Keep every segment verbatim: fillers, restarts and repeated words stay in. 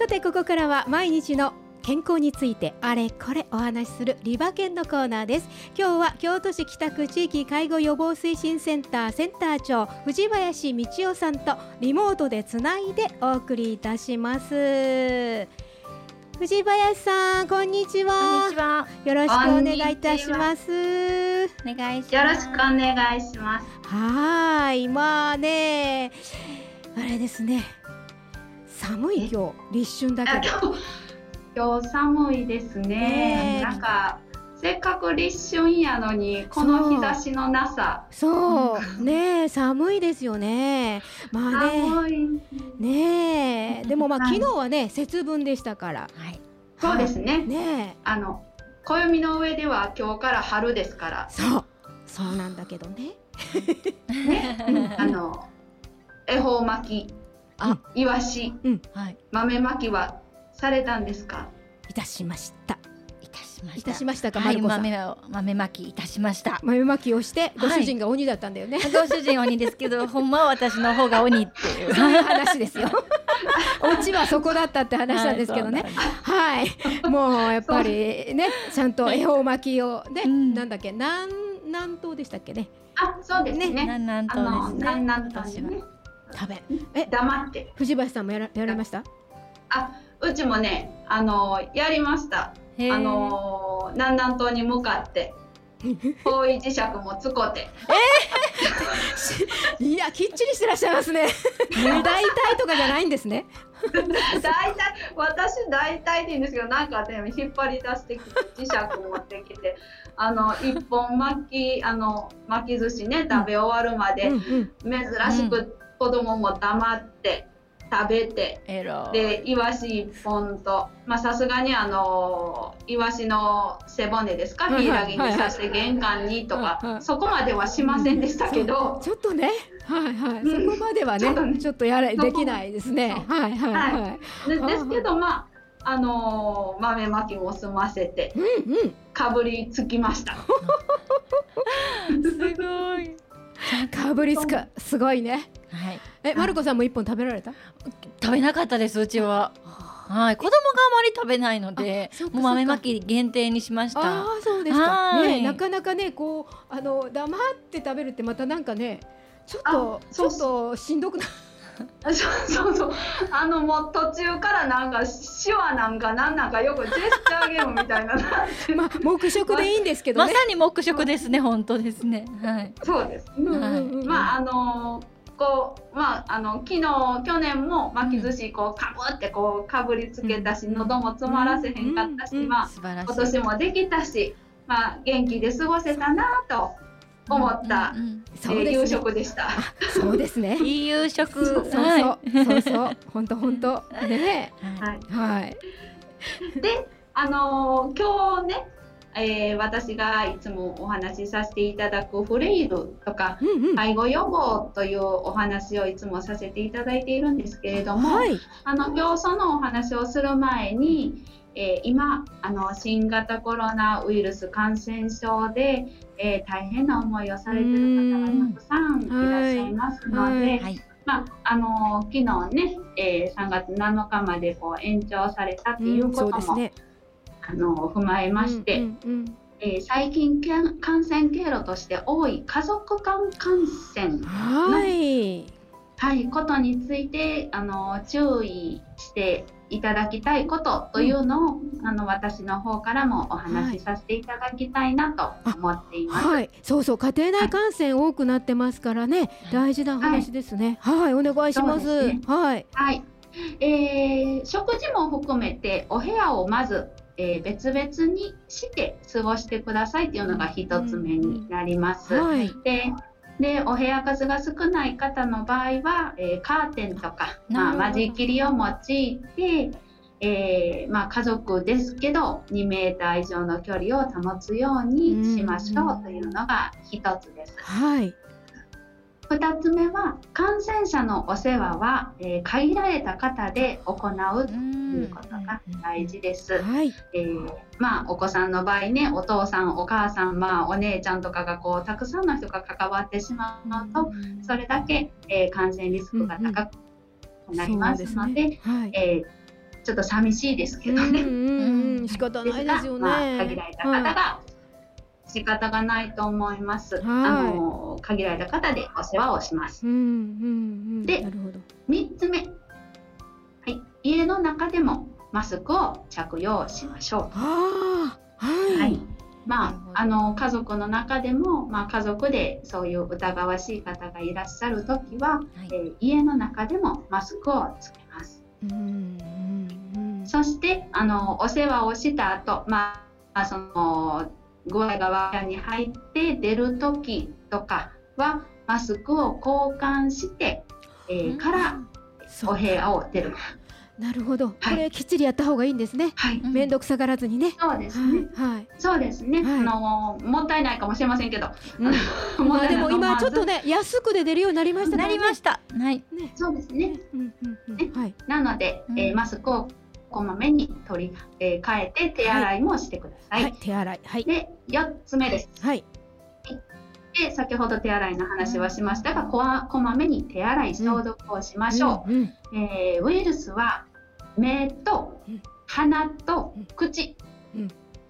てここからは毎日の健康についてあれこれお話しするリバケンのコーナーです。今日は京都市北区地域介護予防推進センターセンター長藤林道夫さんとリモートでつないでお送りいたします。藤林さん、こんにちは。 こんにちは。 よろしくお願いいたします。 お願いします。 よろしくお願いします。 はい、まあね、あれですね、寒い今日、立春だけど。 今日寒いですね。ね、なんかせっかく立春やのにこの日差しのなさ。 そうね、寒いですよね。まあね、 寒いねえ、でもまあ昨日はね節分でしたから。はい、 そうですね。 ね、 あの暦の上では今日から春ですから。 そう、そうなんだけどね。 ね、あの恵方巻き、あ、イワシ、うん、はい、豆巻きはされたんですか？ いたしました。 いたしました。 いたしましたか、 はい、 マルコさん。 豆を豆巻きいたしました。 豆巻きをしてご主人が鬼だったんだよね。 はい、ご主人鬼ですけど、ほんまは私の方が鬼っていうそういう話ですよ。オチはそこだったって話なんですけどね。はい、はい、もうやっぱりね、ちゃんと恵方巻きをね、うん、なんだっけ、南南東でしたっけね。 あ、そうですね。 南南東ですね。 南南東ね。 食べ。 え、黙って。 藤林さんもやらやられました？ あ、うちもね、あのやりました。あの南南東に向かって方位磁石もつこて。 えー、いや、きっちりしてらっしゃいますね。大体とかじゃないんですね。 大体、私大体でいいんですけど、なんかね、引っ張り出してきて磁石持ってきて、あの一本巻き、あの巻き寿司ね、食べ終わるまで、うんうん、珍しく子供も黙って食べて、うん、でイワシ一本と、まあさすがにあのイワシの背骨ですか、ヒイラギにさして玄関にとか、はいはい、そこまではしませんでしたけど、 うん、ちょっとね、はいはい、うん、そこまではね、ちょっとね、ちょっとやれできないですね。はいはいはい。 で、ですけど、まああのー、豆巻きも済ませて、うんうん、かぶりつきました。 すごい。 かぶりつく、すごいね。はい。え、マルコさんも一本食べられた？ 食べなかったです、うちは。はい、子供があまり食べないので、もう豆巻き限定にしました。 ああ、そうですか。ね、なかなかね、こうあの黙って食べるってまたなんかね、ちょっとちょっとしんどくなる。 そうそうそう、あのもう途中からなんか手話なんかなんなんかよくジェスチャーゲームみたいなまあ黙食でいいんですけどね。 まさに黙食ですね、本当ですね。はい。 そうです。まああのこうまああの昨日去年も巻き寿司こうかぶってこうかぶりつけたし、うん、喉も詰まらせへんかったし、うんうん、まあ今年もできたし、まあ元気で過ごせたなと思った、うんうんうん、えー、夕食でした。 そうですね。 いい夕食。 そうそう、はい、そうそう、本当本当ね。 はいはい。 で、あのー、今日ね、えー、私がいつもお話しさせていただくフレイルとか、うんうん、介護予防というお話をいつもさせていただいているんですけれども、はい、あの今日そのお話をする前に、えー、今あの新型コロナウイルス感染症で、えー、大変な思いをされている方がたくさんいらっしゃいますので、はいはい、まあ、あの昨日ね、えー、さんがつなのかまでこう延長されたっていうことも、うん、そうですね、あの踏まえまして、うんうんうん、えー、最近感染経路として多い家族間感染の、はいはい、ことについてあの注意していただきたいことというのを、うん、あの私の方からもお話しさせていただきたいなと思っています。 はい、そうそう、家庭内感染多くなってますからね、はい、大事な話ですね。はい、はい、お願いします。ね、はい、 はい、えー、食事も含めてお部屋をまず、えー、別々にして過ごしてくださいというのが一つ目になります。うん、はい、ででお部屋数が少ない方の場合は、えー、カーテンとか、まあ、間仕切りを用いて、えーまあ、家族ですけどにメーター以上の距離を保つようにしましょうというのが一つです。 はい、 ふたつめは感染者のお世話は、えー、限られた方で行うということが大事です。はい、えーまあ、お子さんの場合ね、お父さんお母さん、まあ、お姉ちゃんとかがこうたくさんの人が関わってしまうと、それだけ、えー、感染リスクが高くなりますので、うんうん、ね、はい、えーちょっと寂しいですけどね。 うんうんうん、仕方ないですよね。 まあ、限られた方が仕方がないと思います。はい、あの限られた方でお世話をします。 うんうんうん、 で、 なるほど。 みっつめ、はい、家の中でもマスクを着用しましょう。 ああ、はい。はい、 まあ、あの家族の中でも、まあ、家族でそういう疑わしい方がいらっしゃるときは、はい、えー、家の中でもマスクをつけます。うんうんうん、そしてあのお世話をした後、まあ、その具合が我が家に入って出るときとかはマスクを交換して、えー、からお部屋を出る。 なるほど、はい、これきっちりやった方がいいんですね。はい、面倒くさがらずにね。 そうですね。はい、そうですね。はい、あのもったいないかもしれませんけど、 うん、まあでも今ちょっとね安くで出るようになりましたね。 なりました。はい。 ね、そうですね。うんうんうんね、はい。なので、えー、マスクをこまめに取り、えー、替えて手洗いもしてください。 はい、はい、手洗い。はい。でよっつめです。 はい。 で先ほど手洗いの話はしましたが、こわこまめに手洗い消毒をしましょう。うんうん、えー、ウイルスは目と鼻と口、こ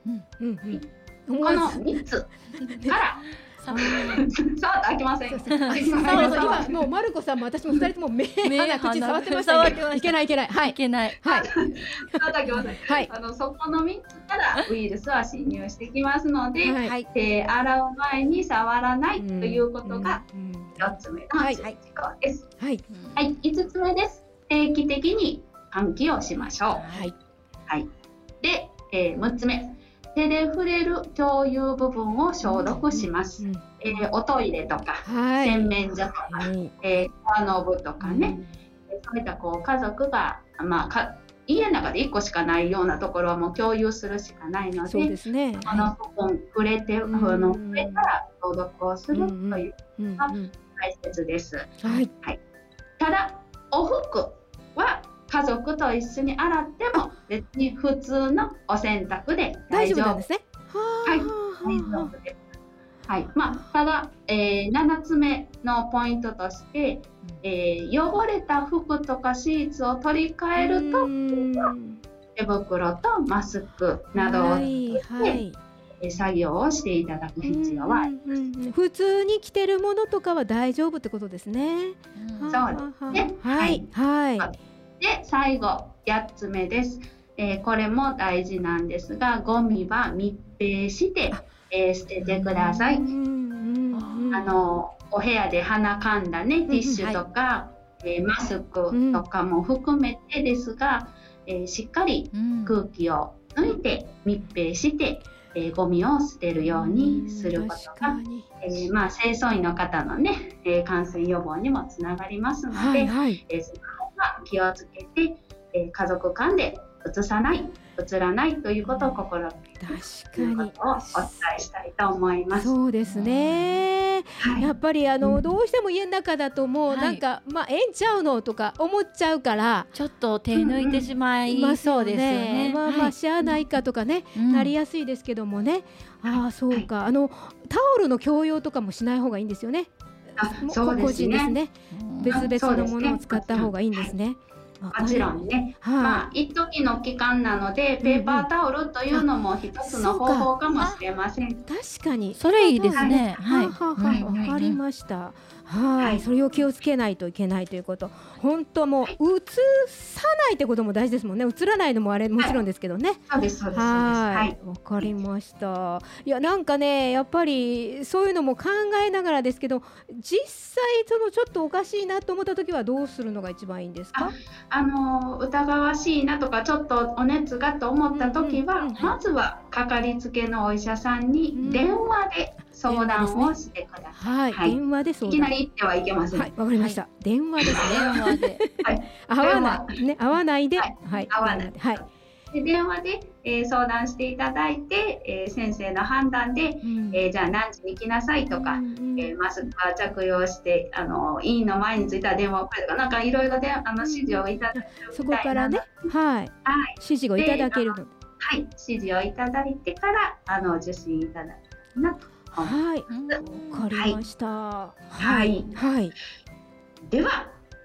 のみっつからそうと開きません。 今もうマルコさんも私もふたりとも目、鼻、口触ってましたけど、いけないいけない、はい、いけない、はい、そうと開きません。はい、あのそこのみっつからウイルスは侵入してきますので、はい、手洗う前に触らないということがよっつめの注意事項です。はい、はい、いつつめです。定期的に換気をしましょう。はい、はい、で、えー、むっつめ。手で触れる共有部分を消毒します。うんうん、えー、おトイレとか、はい、洗面所とか、はい、えー、ドアノブとかね、うん、そういったこう家族が、まあ、か家の中でいっこしかないようなところはもう共有するしかないので、そうですね、この部分触れて、はい、の触れたら消毒をするというのが大切です。はいはい、ただお服は家族と一緒に洗っても別に普通のお洗濯で大丈夫なんですね。はい、大丈夫です。はい、まあただ、えー、ななつめのポイントとして、えー、汚れた服とかシーツを取り替えると手袋とマスクなどをつけて、はいはい、作業をしていただく必要はあります。普通に着てるものとかは大丈夫ってことですね。そうですね。はいはい。で最後やっつめです、えー、これも大事なんですが、ゴミは密閉して、えー、捨ててください。あのお部屋で鼻かんだねティッシュとか、はい、えー、マスクとかも含めてですが、えー、しっかり空気を抜いて密閉して、えー、ゴミを捨てるようにすることが、えーまあ、清掃員の方のね、えー、感染予防にもつながりますので、はいはい、えー気をつけて、えー、家族間でうつさない、うつらないということを心がけるということをお伝えしたいと思います。そうですね、はい、やっぱりあの、うん、どうしても家の中だともうなんか、はい、まあええんちゃうのとか思っちゃうからちょっと手抜いてしまいそうですよね。 まあまあしゃあないかとかね、うん、なりやすいですけどもね、ああそうか、はい、あのタオルの共用とかもしない方がいいんですよね。あ、そうですね。個人ですね。別々のものを使った方がいいんですね。もちろんね、はい、まあ一時の期間なのでペーパータオルというのも一つの方法かもしれません。確かにそれいいですね。 はい、はははわかりました。はい、それを気をつけないといけないということ。本当もううつさないってことも大事ですもんね。うつらないのもあれもちろんですけどね。そうですそうです。はい、わかりました。いやなんかねやっぱりそういうのも考えながらですけど、実際そのちょっとおかしいなと思った時はどうするのが一番いいんですか？あ、あの疑わしいなとかちょっとお熱がと思った時は、うんうんうん、まずはかかりつけのお医者さんに電話で相談をしてください。はい、電話で相談。いきなり言ってはいけません。はい、わかりました。電話ですね。電話で。はい。会わないね、会わないで、はい、会わない。はい。で電話で、えー、相談していただいて、えー、先生の判断で、うん、えー、じゃあ何時に来なさいとか、うんうん、えー、マスクは着用してあの委員の前に着いたら電話をくれとか、なんかいろいろであの指示をいただけるみたいな、そこからね、はい、はい、指示をいただけるの。はい、指示をいただいてからあの受診いただきたいなと思います。はい、わかりました。はい、はい。では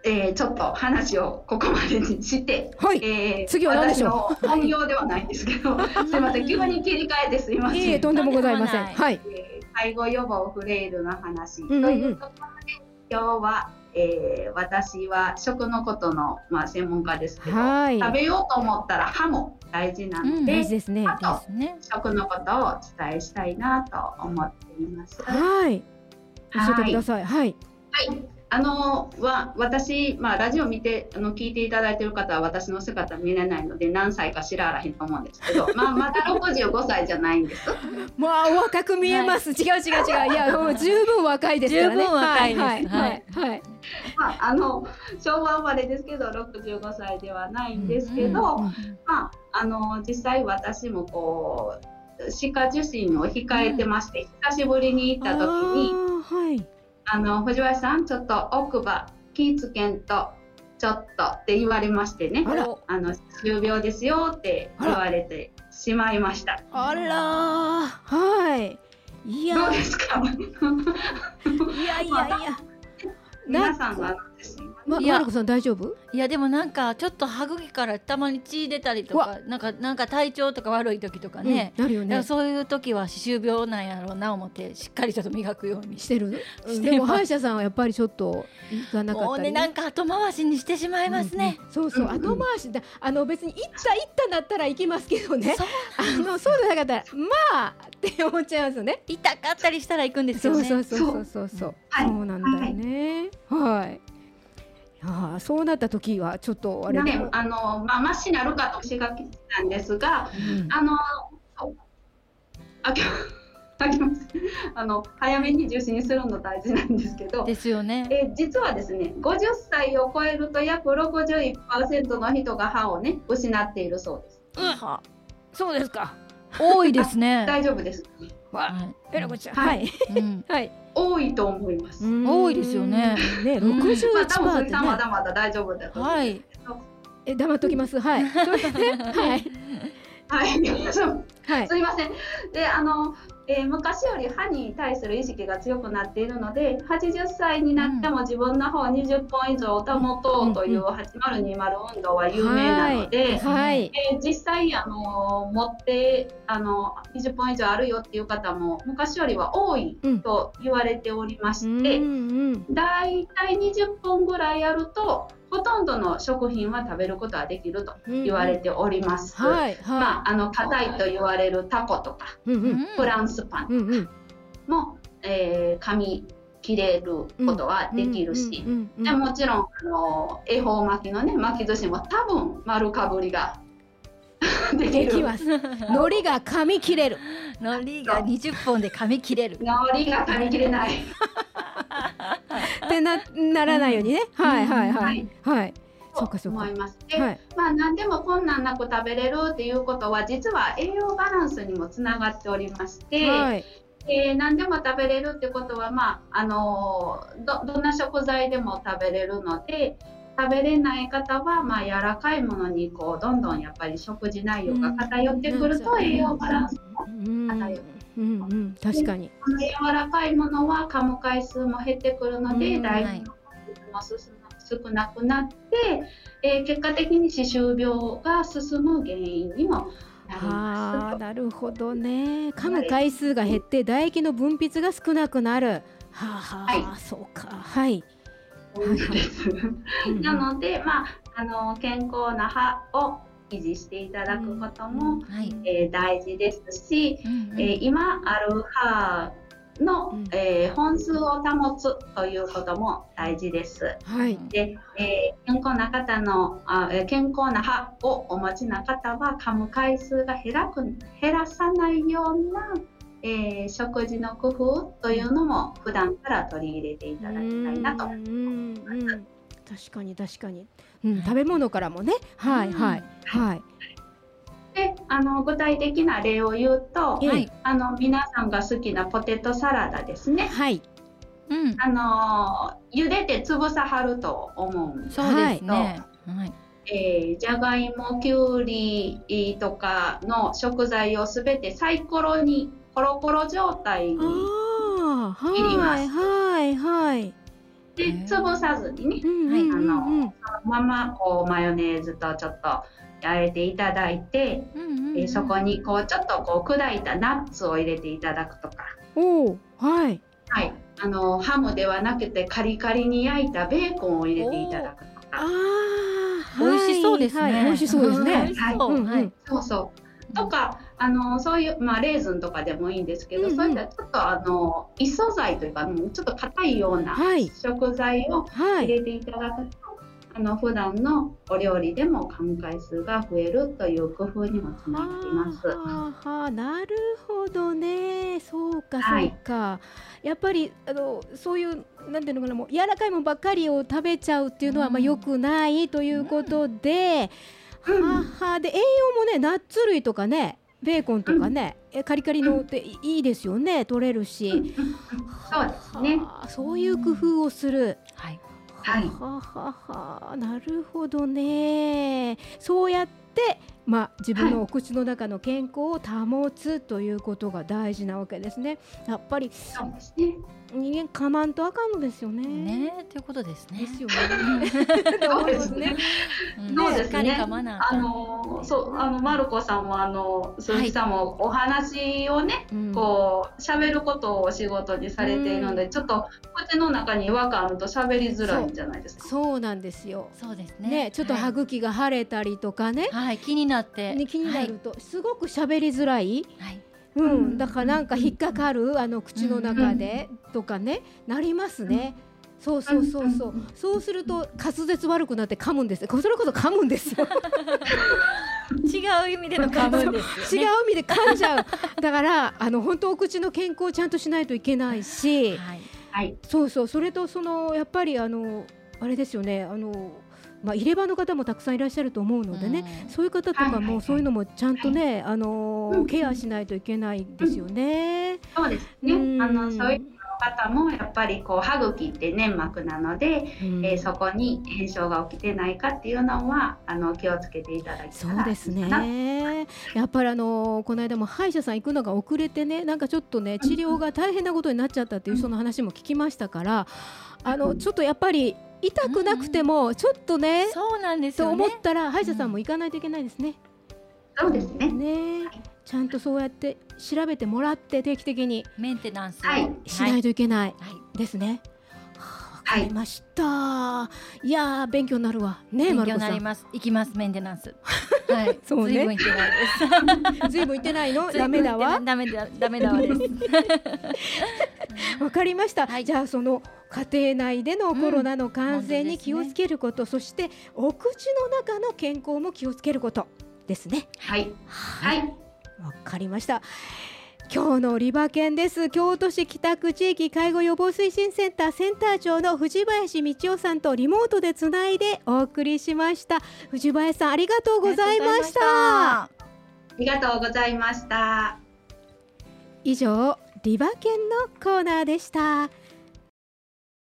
えー、ちょっと話をここまでにして、 はい、 えー、 次は何でしょう。 私の本業ではないんですけど、すいません、急に切り替えてすいません。 いえ、とんでもございません。はい、 えー、介護予防フレイルの話というところで、今日は、えー、私は食のことの、まあ、専門家ですけど、はい、食べようと思ったら歯も大事なので、うん、 大事ですね。 あと食のことをお伝えしたいなと思っています。 はい、教えてください。はい、 はい、あのは私、まあ、ラジオ見てあの聞いていただいている方は私の姿見れないので何歳か知らあらへんと思うんですけど、まあ、まだろくじゅうごさいじゃないんです。 まあお若く見えます。はい、違う違う違う。いやもう十分若いですからね。 十分若いです。 はいはいはい。 まあ、あの昭和生まれですけどろくじゅうごさいではないんですけど、うんうん、まあ、あの実際私もこう歯科受診を控えてまして、うん、久しぶりに行った時に、 はい、 あの藤林さんちょっと奥歯気ぃつけんとちょっとって言われましてね、ああの歯周病ですよって言われてしまいました。 あらはい。いやどうですか。 いやいやいや。 皆さんはま、マルコさん大丈夫？ いやでもなんかちょっと歯茎からたまに血出たりとか、なんかなんか体調とか悪い時とかね、 うん、なるよね。 そういう時は歯周病なんやろうな思ってしっかりちょっと磨くようにしてる。してでも歯医者さんはやっぱりちょっと行かなかったり、ね。もうね、なんか後回しにしてしまいますね。 うんうん、そうそう、うんうん、後回しだ。あの別に行った行っただったら行きますけどね。そうあのそうじゃなかったらまあって思っちゃいますよね。 痛かったりしたら行くんですよね。 そうそうそうそうそう。 はい、 そうなんだよね。はい。ああ、そうなった時はちょっとあれね、あのまあマシになるかとしがきなんですが、うん、あのあきあきますあの早めに受診するの大事なんですけど、 ですよね。 え実はですね、ごじゅっさいを超えると約 ろくじゅういちパーセント の人が歯をね失っているそうです。 うん、そうですか。 多いですね。 大丈夫です。 はい、えらこちゃん、はい、はい、 多いと思います。 多いですよね。 ね、ろくじゅういちパーセント、 まだまだ大丈夫だと思うんですけど。 え、黙っときます。はい。それで、はい。 はい、はい、すいません。で、あの、えー、昔より歯に対する意識が強くなっているので、はちじゅっさいになっても自分の歯をにじゅっぽん以上保とうというはちまるにまる運動は有名なので、 はい、 えー、実際あの持ってあのにじゅっぽん以上あるよっていう方も昔よりは多いと言われておりまして、だいたいにじゅっぽんぐらいあるとほとんどの食品は食べることはできると言われております。まあ、あの硬いと言われるタコとか、うんうん、フランスパンとかも、うんうんえー、噛み切れることはできるし、でもちろんあの恵方巻きのね巻き寿司も多分丸かぶりができる。 できます。海苔が噛み切れる。 海苔がにじゅっぽんで噛み切れる。 海苔が噛み切れない。 ってな、ならないようにね。はいはいはいはい。そうかそうか。 思います。で、はい、まあ何でも困難なく食べれるっていうことは実は栄養バランスにもつながっておりまして、はい、えー、何でも食べれるってことはまああのー、どどんな食材でも食べれるので。食べれない方は、まあ、柔らかいものにこうどんどんやっぱり食事内容が偏ってくると栄養バランスも偏ってくる、うんうん、 確かに柔らかいものは噛む回数も減ってくるので唾液の数も少なくなって、えー、結果的に歯周病が進む原因にもなります。 あ、なるほどね。噛む回数が減って唾液の分泌が少なくなる。はあはあ、はい、そうか。はい。 なので、まあ、あの健康な歯を維持していただくことも、うんはいえー、大事ですし、うんうんえー、今ある歯の、うんえー、本数を保つということも大事です。はい、で、えー、健康な方のあ健康な歯をお持ちな方は噛む回数が減らく減らさないようなえー、食事の工夫というのも普段から取り入れていただきたいなと思います。 確かに確かに、うん、食べ物からもね、はいはいはい。 で、あの具体的な例を言うと、はい、あの皆さんが好きなポテトサラダですね。はい。うん、あの茹でて潰さはると思うんですけど、そうですね。はい。えー、じゃがいも、きゅうりとかの食材をすべてサイコロにコロコロ状態に切ります。はいはいはい。 で潰さずにね、あのそのままこうマヨネーズとちょっと焼いていただいて、えそこにこうちょっとこう砕いたナッツを入れていただくとか。 お、はい、 はい、あのハムではなくてカリカリに焼いたベーコンを入れていただくとか。 あ美味しそうですね。 美味しそうですね。 はい、そうそう。とかあのそういうまあレーズンとかでもいいんですけど、そういったちょっとあの異素材というかちょっと硬いような食材を入れていただくと、あの普段のお料理でも噛む回数が増えるという工夫にもつながっています。 はあはあ、なるほどね。そうかそうか。はい、やっぱりあのそういうなんていうのかな、もう柔らかいものばっかりを食べちゃうっていうのは、うん、まあ良くないということで、うん、ははで栄養もね、ナッツ類とかね、ベーコンとかね、うん、カリカリのっていいですよね、取れるし、うん、 そうですね。 そういう工夫をする。 はい。 はははは、なるほどね。そうやって、まあ、自分のお口の中の健康を保つということが大事なわけですね。やっぱりそうですね。 人間かまんとあかんのですよね。 ね、ということですね。 ですよね。 そうですね。そうですね。 あのそうあのマルコさんもあの鈴木さんもお話をね、こう喋ることを仕事にされているので、ちょっと口の中に違和感あると喋りづらいんじゃないですか。 そうなんですよ。 そうですね。 ね、ちょっと歯茎が腫れたりとかね。 はい、気になって。 ね、気になるとすごく喋りづらい。はい。うん、だからなんか引っかかる、あの口の中でとかね、なりますね。そうそうそうそう。そうすると滑舌悪くなって噛むんです。それこそ噛むんですよ。 違う意味での噛むんですよね。 違う意味で噛んじゃう。だからあの本当お口の健康をちゃんとしないといけないし、 はいはい、 そうそう、それとそのやっぱりあのあれですよね、あの。まあ、入れ歯の方もたくさんいらっしゃると思うのでね、うん、そういう方とかもそういうのもちゃんとね、はい、あのーうん、ケアしないといけないですよね。 うん、そうですね、うん、あのそういう方もやっぱりこう歯茎って粘膜なので、うん、えー、そこに炎症が起きてないかっていうのはあの気をつけていただきたい。 そうですね。やっぱりあのー、この間も歯医者さん行くのが遅れてね、なんかちょっとね治療が大変なことになっちゃったっていうその話も聞きましたから、あのちょっとやっぱり痛くなくてもちょっとね、 そうなんですよね、 と思ったら歯医者さんも行かないといけないですね。 そうですね。 ね、ちゃんとそうやって調べてもらって定期的にメンテナンスしないといけないですね。わかりました。いや勉強になるわね。 勉強になります。行きますメンテナンス。はい。 そうね。 ずいぶん行ってないです。 ずいぶん行ってないの？ダメだわ。 ダメだダメだわです。 わかりました。じゃあその家庭内でのコロナの感染に気をつけること、そしてお口の中の健康も気をつけることですね。 はいはい。 わかりました。今日のリバケンです。京都市北区地域介護予防推進センターセンター長の藤林道夫さんとリモートでつないでお送りしました。藤林さん、ありがとうございました。 ありがとうございました。 以上、リバケンのコーナーでした。